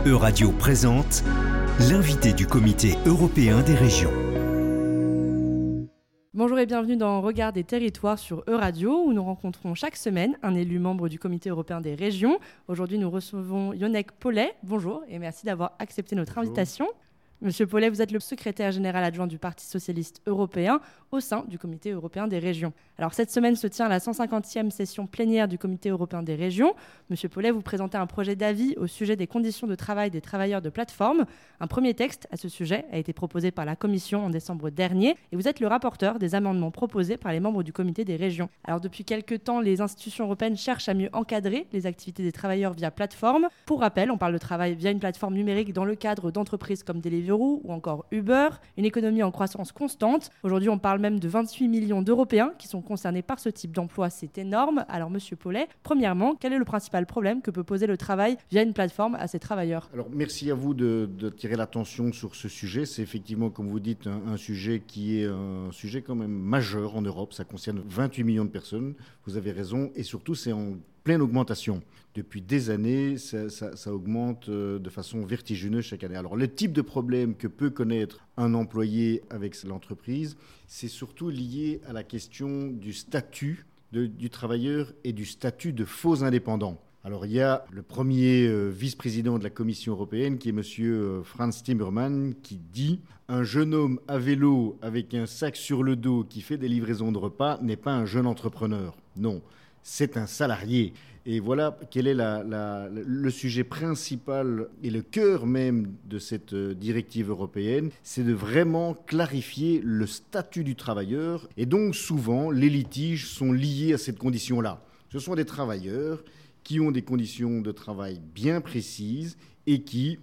Euradio présente l'invité du Comité européen des régions. Bonjour et bienvenue dans Regard des territoires sur Euradio où nous rencontrons chaque semaine un élu membre du Comité européen des régions. Aujourd'hui, nous recevons Yonek Pollet. Bonjour et merci d'avoir accepté notre invitation. Monsieur Pollet, vous êtes le secrétaire général adjoint du Parti socialiste européen au sein du Comité européen des régions. Alors cette semaine se tient la 150e session plénière du Comité européen des régions. Monsieur Pollet, vous présentez un projet d'avis au sujet des conditions de travail des travailleurs de plateforme. Un premier texte à ce sujet a été proposé par la Commission en décembre dernier et vous êtes le rapporteur des amendements proposés par les membres du Comité des régions. Alors depuis quelques temps, les institutions européennes cherchent à mieux encadrer les activités des travailleurs via plateforme. Pour rappel, on parle de travail via une plateforme numérique dans le cadre d'entreprises comme Deliveroo ou encore Uber, une économie en croissance constante. Aujourd'hui, on parle même de 28 millions d'Européens qui sont concernés par ce type d'emploi. C'est énorme. Alors, Monsieur Pollet, premièrement, quel est le principal problème que peut poser le travail via une plateforme à ces travailleurs ? Alors, merci à vous de tirer l'attention sur ce sujet. C'est effectivement, comme vous dites, un sujet qui est un sujet quand même majeur en Europe. Ça concerne 28 millions de personnes. Vous avez raison. Et surtout, c'est en pleine augmentation. Depuis des années, ça augmente de façon vertigineuse chaque année. Alors, le type de problème que peut connaître un employé avec l'entreprise, c'est surtout lié à la question du statut du travailleur et du statut de faux indépendant. Alors, il y a le premier vice-président de la Commission européenne, qui est M. Frans Timmermans, qui dit « Un jeune homme à vélo avec un sac sur le dos qui fait des livraisons de repas n'est pas un jeune entrepreneur. » Non, c'est un salarié. Et voilà quel est le sujet principal et le cœur même de cette directive européenne, c'est de vraiment clarifier le statut du travailleur. Et donc souvent, les litiges sont liés à cette condition-là. Ce sont des travailleurs qui ont des conditions de travail bien précises et qui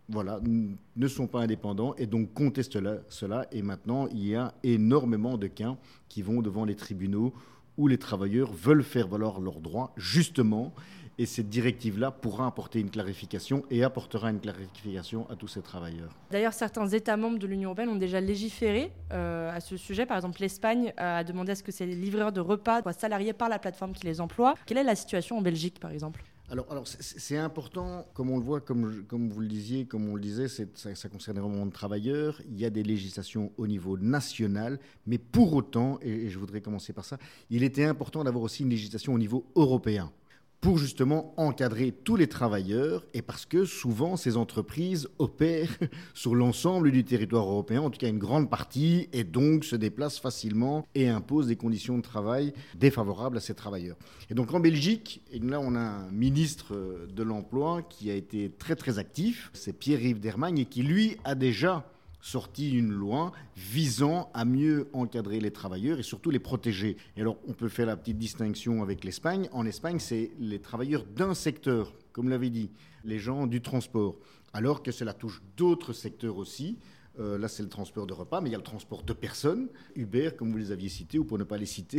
ne sont pas indépendants et donc contestent cela. Et maintenant, il y a énormément de cas qui vont devant les tribunaux où les travailleurs veulent faire valoir leurs droits, justement, et cette directive-là pourra apporter une clarification et apportera une clarification à tous ces travailleurs. D'ailleurs, certains États membres de l'Union européenne ont déjà légiféré à ce sujet. Par exemple, l'Espagne a demandé à ce que ces livreurs de repas soient salariés par la plateforme qui les emploie. Quelle est la situation en Belgique, par exemple ? Alors c'est important, comme on le voit, comme vous le disiez, comme on le disait, ça concerne énormément de travailleurs. Il y a des législations au niveau national, mais pour autant, et je voudrais commencer par ça, il était important d'avoir aussi une législation au niveau européen pour justement encadrer tous les travailleurs et parce que souvent ces entreprises opèrent sur l'ensemble du territoire européen, en tout cas une grande partie, et donc se déplacent facilement et imposent des conditions de travail défavorables à ces travailleurs. Et donc en Belgique, et là on a un ministre de l'Emploi qui a été très très actif, c'est Pierre-Yves Dermagne, et qui lui a déjà sorti une loi visant à mieux encadrer les travailleurs et surtout les protéger. Et alors, on peut faire la petite distinction avec l'Espagne. En Espagne, c'est les travailleurs d'un secteur, comme l'avait dit, les gens du transport, alors que cela touche d'autres secteurs aussi. Là, c'est le transport de repas, mais il y a le transport de personnes. Uber, comme vous les aviez cités, ou pour ne pas les citer,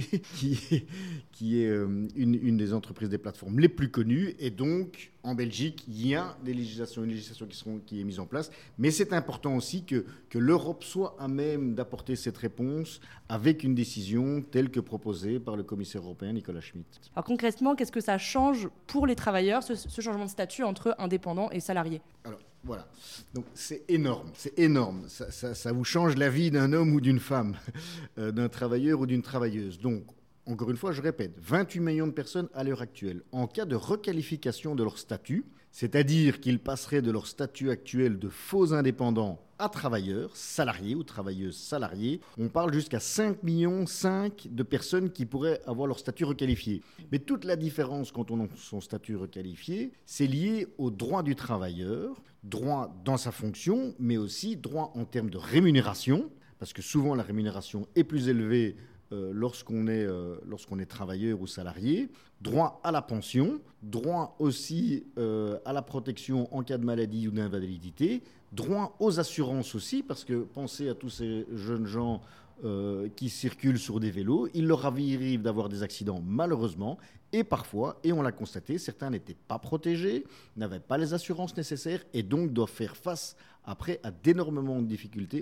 qui est une des entreprises des plateformes les plus connues. Et donc, en Belgique, il y a une législation qui est mise en place. Mais c'est important aussi que l'Europe soit à même d'apporter cette réponse avec une décision telle que proposée par le commissaire européen Nicolas Schmit. Alors concrètement, qu'est-ce que ça change pour les travailleurs, ce changement de statut entre indépendants et salariés ? Alors, voilà. Donc, c'est énorme. Ça vous change la vie d'un homme ou d'une femme, d'un travailleur ou d'une travailleuse. Donc, encore une fois, je répète, 28 millions de personnes à l'heure actuelle. En cas de requalification de leur statut, c'est-à-dire qu'ils passeraient de leur statut actuel de faux indépendants à travailleurs, salariés ou travailleuses salariées, on parle jusqu'à 5,5 millions de personnes qui pourraient avoir leur statut requalifié. Mais toute la différence quand on a son statut requalifié, c'est lié au droit du travailleur, droit dans sa fonction, mais aussi droit en termes de rémunération, parce que souvent la rémunération est plus élevée lorsqu'on est travailleur ou salarié, droit à la pension, droit aussi à la protection en cas de maladie ou d'invalidité, droit aux assurances aussi, parce que pensez à tous ces jeunes gens qui circulent sur des vélos, il leur arrive d'avoir des accidents malheureusement, Et parfois, et on l'a constaté, certains n'étaient pas protégés, n'avaient pas les assurances nécessaires et donc doivent faire face après à d'énormes difficultés,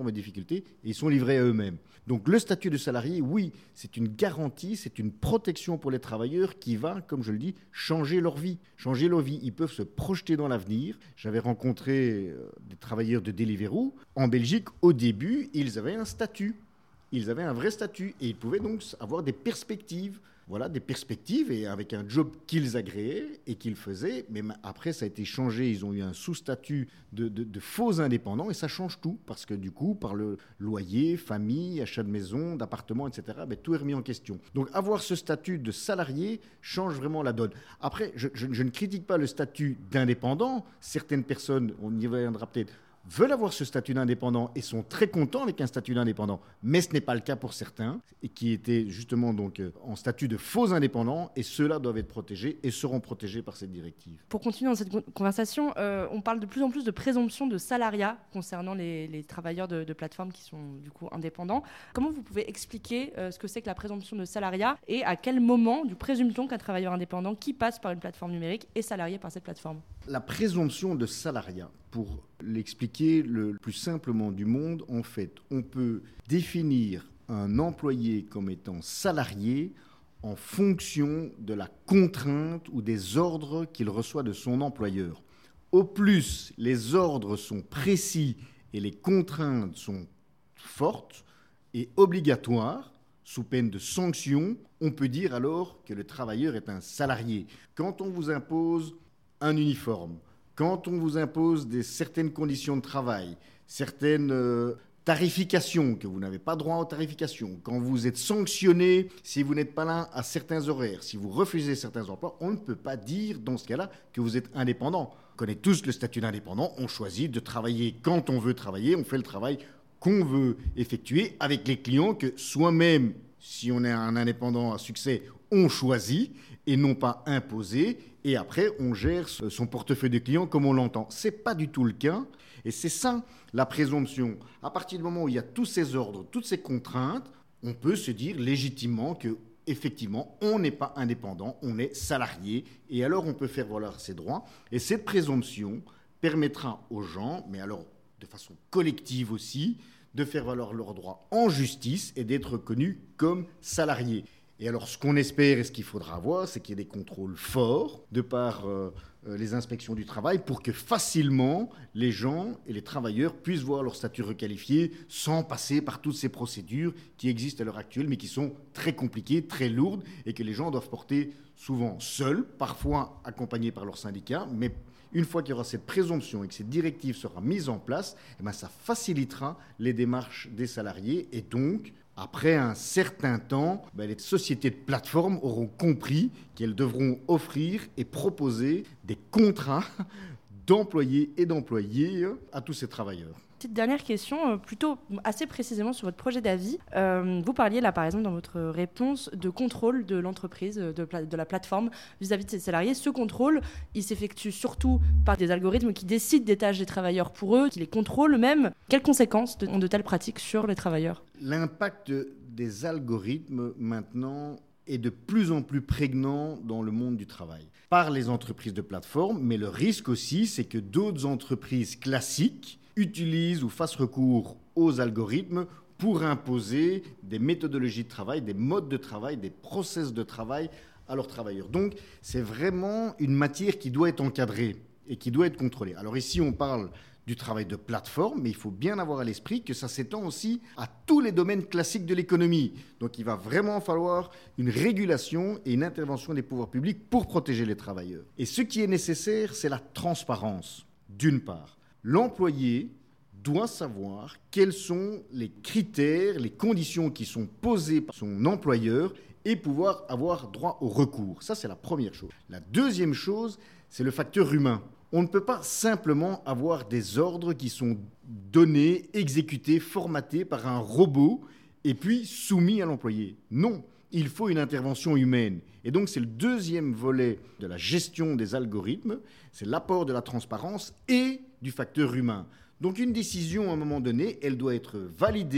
et ils sont livrés à eux-mêmes. Donc le statut de salarié, oui, c'est une garantie, c'est une protection pour les travailleurs qui va, comme je le dis, changer leur vie. Changer leur vie, ils peuvent se projeter dans l'avenir. J'avais rencontré des travailleurs de Deliveroo. En Belgique, au début, ils avaient un statut. Ils avaient un vrai statut et ils pouvaient donc avoir des perspectives. Voilà, des perspectives et avec un job qu'ils agréaient et qu'ils faisaient. Mais après, ça a été changé. Ils ont eu un sous-statut de faux indépendants et ça change tout parce que du coup, par le loyer, famille, achat de maison, d'appartement, etc., tout est remis en question. Donc, avoir ce statut de salarié change vraiment la donne. Après, je ne critique pas le statut d'indépendant. Certaines personnes, on y reviendra peut-être, veulent avoir ce statut d'indépendant et sont très contents avec un statut d'indépendant. Mais ce n'est pas le cas pour certains et qui étaient justement donc en statut de faux indépendants et ceux-là doivent être protégés et seront protégés par cette directive. Pour continuer dans cette conversation, on parle de plus en plus de présomption de salariat concernant les travailleurs de plateformes qui sont du coup indépendants. Comment vous pouvez expliquer ce que c'est que la présomption de salariat et à quel moment présume-t-on qu'un travailleur indépendant qui passe par une plateforme numérique est salarié par cette plateforme ? La présomption de salariat, pour l'expliquer le plus simplement du monde, en fait, on peut définir un employé comme étant salarié en fonction de la contrainte ou des ordres qu'il reçoit de son employeur. Au plus les ordres sont précis et les contraintes sont fortes et obligatoires, sous peine de sanction, on peut dire alors que le travailleur est un salarié. Quand on vous impose un uniforme, quand on vous impose certaines conditions de travail, certaines tarifications, que vous n'avez pas droit aux tarifications, quand vous êtes sanctionné si vous n'êtes pas là à certains horaires, si vous refusez certains emplois, on ne peut pas dire dans ce cas-là que vous êtes indépendant. On connaît tous le statut d'indépendant, on choisit de travailler quand on veut travailler, on fait le travail qu'on veut effectuer avec les clients que soi-même, si on est un indépendant à succès, on choisit et non pas imposé. Et après, on gère son portefeuille de clients comme on l'entend. Ce n'est pas du tout le cas. Et c'est ça, la présomption. À partir du moment où il y a tous ces ordres, toutes ces contraintes, on peut se dire légitimement que, effectivement, on n'est pas indépendant, on est salarié. Et alors, on peut faire valoir ses droits. Et cette présomption permettra aux gens, mais alors de façon collective aussi, de faire valoir leurs droits en justice et d'être reconnus comme salariés. Et alors, ce qu'on espère et ce qu'il faudra avoir, c'est qu'il y ait des contrôles forts de par les inspections du travail pour que facilement les gens et les travailleurs puissent voir leur statut requalifié sans passer par toutes ces procédures qui existent à l'heure actuelle, mais qui sont très compliquées, très lourdes et que les gens doivent porter souvent seuls, parfois accompagnés par leur syndicat, mais une fois qu'il y aura cette présomption et que cette directive sera mise en place, ça facilitera les démarches des salariés et donc, après un certain temps, les sociétés de plateforme auront compris qu'elles devront offrir et proposer des contrats d'employés et d'employés à tous ces travailleurs. Petite dernière question, plutôt assez précisément sur votre projet d'avis. Vous parliez là, par exemple, dans votre réponse, de contrôle de l'entreprise, de la plateforme vis-à-vis de ses salariés. Ce contrôle, il s'effectue surtout par des algorithmes qui décident des tâches des travailleurs pour eux, qui les contrôlent eux-mêmes. Quelles conséquences ont de telles pratiques sur les travailleurs ? L'impact des algorithmes, maintenant, est de plus en plus prégnant dans le monde du travail. Par les entreprises de plateforme, mais le risque aussi, c'est que d'autres entreprises classiques utilisent ou fassent recours aux algorithmes pour imposer des méthodologies de travail, des modes de travail, des process de travail à leurs travailleurs. Donc, c'est vraiment une matière qui doit être encadrée et qui doit être contrôlée. Alors ici, on parle du travail de plateforme, mais il faut bien avoir à l'esprit que ça s'étend aussi à tous les domaines classiques de l'économie. Donc, il va vraiment falloir une régulation et une intervention des pouvoirs publics pour protéger les travailleurs. Et ce qui est nécessaire, c'est la transparence, d'une part. L'employé doit savoir quels sont les critères, les conditions qui sont posées par son employeur et pouvoir avoir droit au recours. Ça, c'est la première chose. La deuxième chose, c'est le facteur humain. On ne peut pas simplement avoir des ordres qui sont donnés, exécutés, formatés par un robot et puis soumis à l'employé. Non, il faut une intervention humaine. Et donc, c'est le deuxième volet de la gestion des algorithmes, c'est l'apport de la transparence et du facteur humain. Donc, une décision, à un moment donné, elle doit être validée,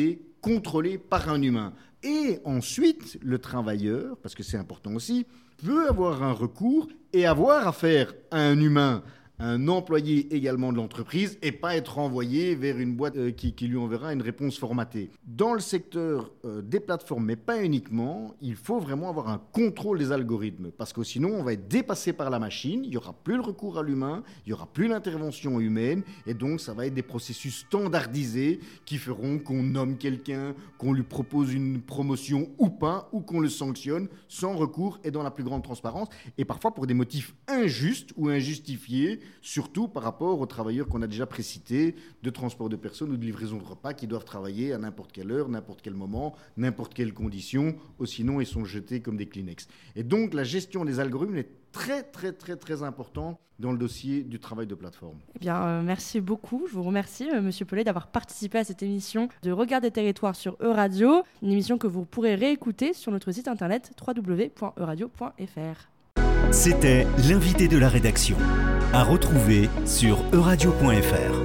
contrôlé par un humain. Et ensuite, le travailleur, parce que c'est important aussi, peut avoir un recours et avoir affaire à un humain, un employé également de l'entreprise, et pas être envoyé vers une boîte qui lui enverra une réponse formatée. Dans le secteur des plateformes, mais pas uniquement, il faut vraiment avoir un contrôle des algorithmes, parce que sinon on va être dépassé par la machine, il n'y aura plus le recours à l'humain, il n'y aura plus l'intervention humaine, et donc ça va être des processus standardisés qui feront qu'on nomme quelqu'un, qu'on lui propose une promotion ou pas, ou qu'on le sanctionne sans recours et dans la plus grande transparence, et parfois pour des motifs injustes ou injustifiés, surtout par rapport aux travailleurs qu'on a déjà précités, de transport de personnes ou de livraison de repas, qui doivent travailler à n'importe quelle heure, n'importe quel moment, n'importe quelles conditions, ou sinon ils sont jetés comme des Kleenex. Et donc la gestion des algorithmes est très très très très important dans le dossier du travail de plateforme. Eh bien, merci beaucoup. Je vous remercie, Monsieur Paulet, d'avoir participé à cette émission de Regard des territoires sur Euradio, une émission que vous pourrez réécouter sur notre site internet www.euradio.fr. C'était l'invité de la rédaction. À retrouver sur euradio.fr.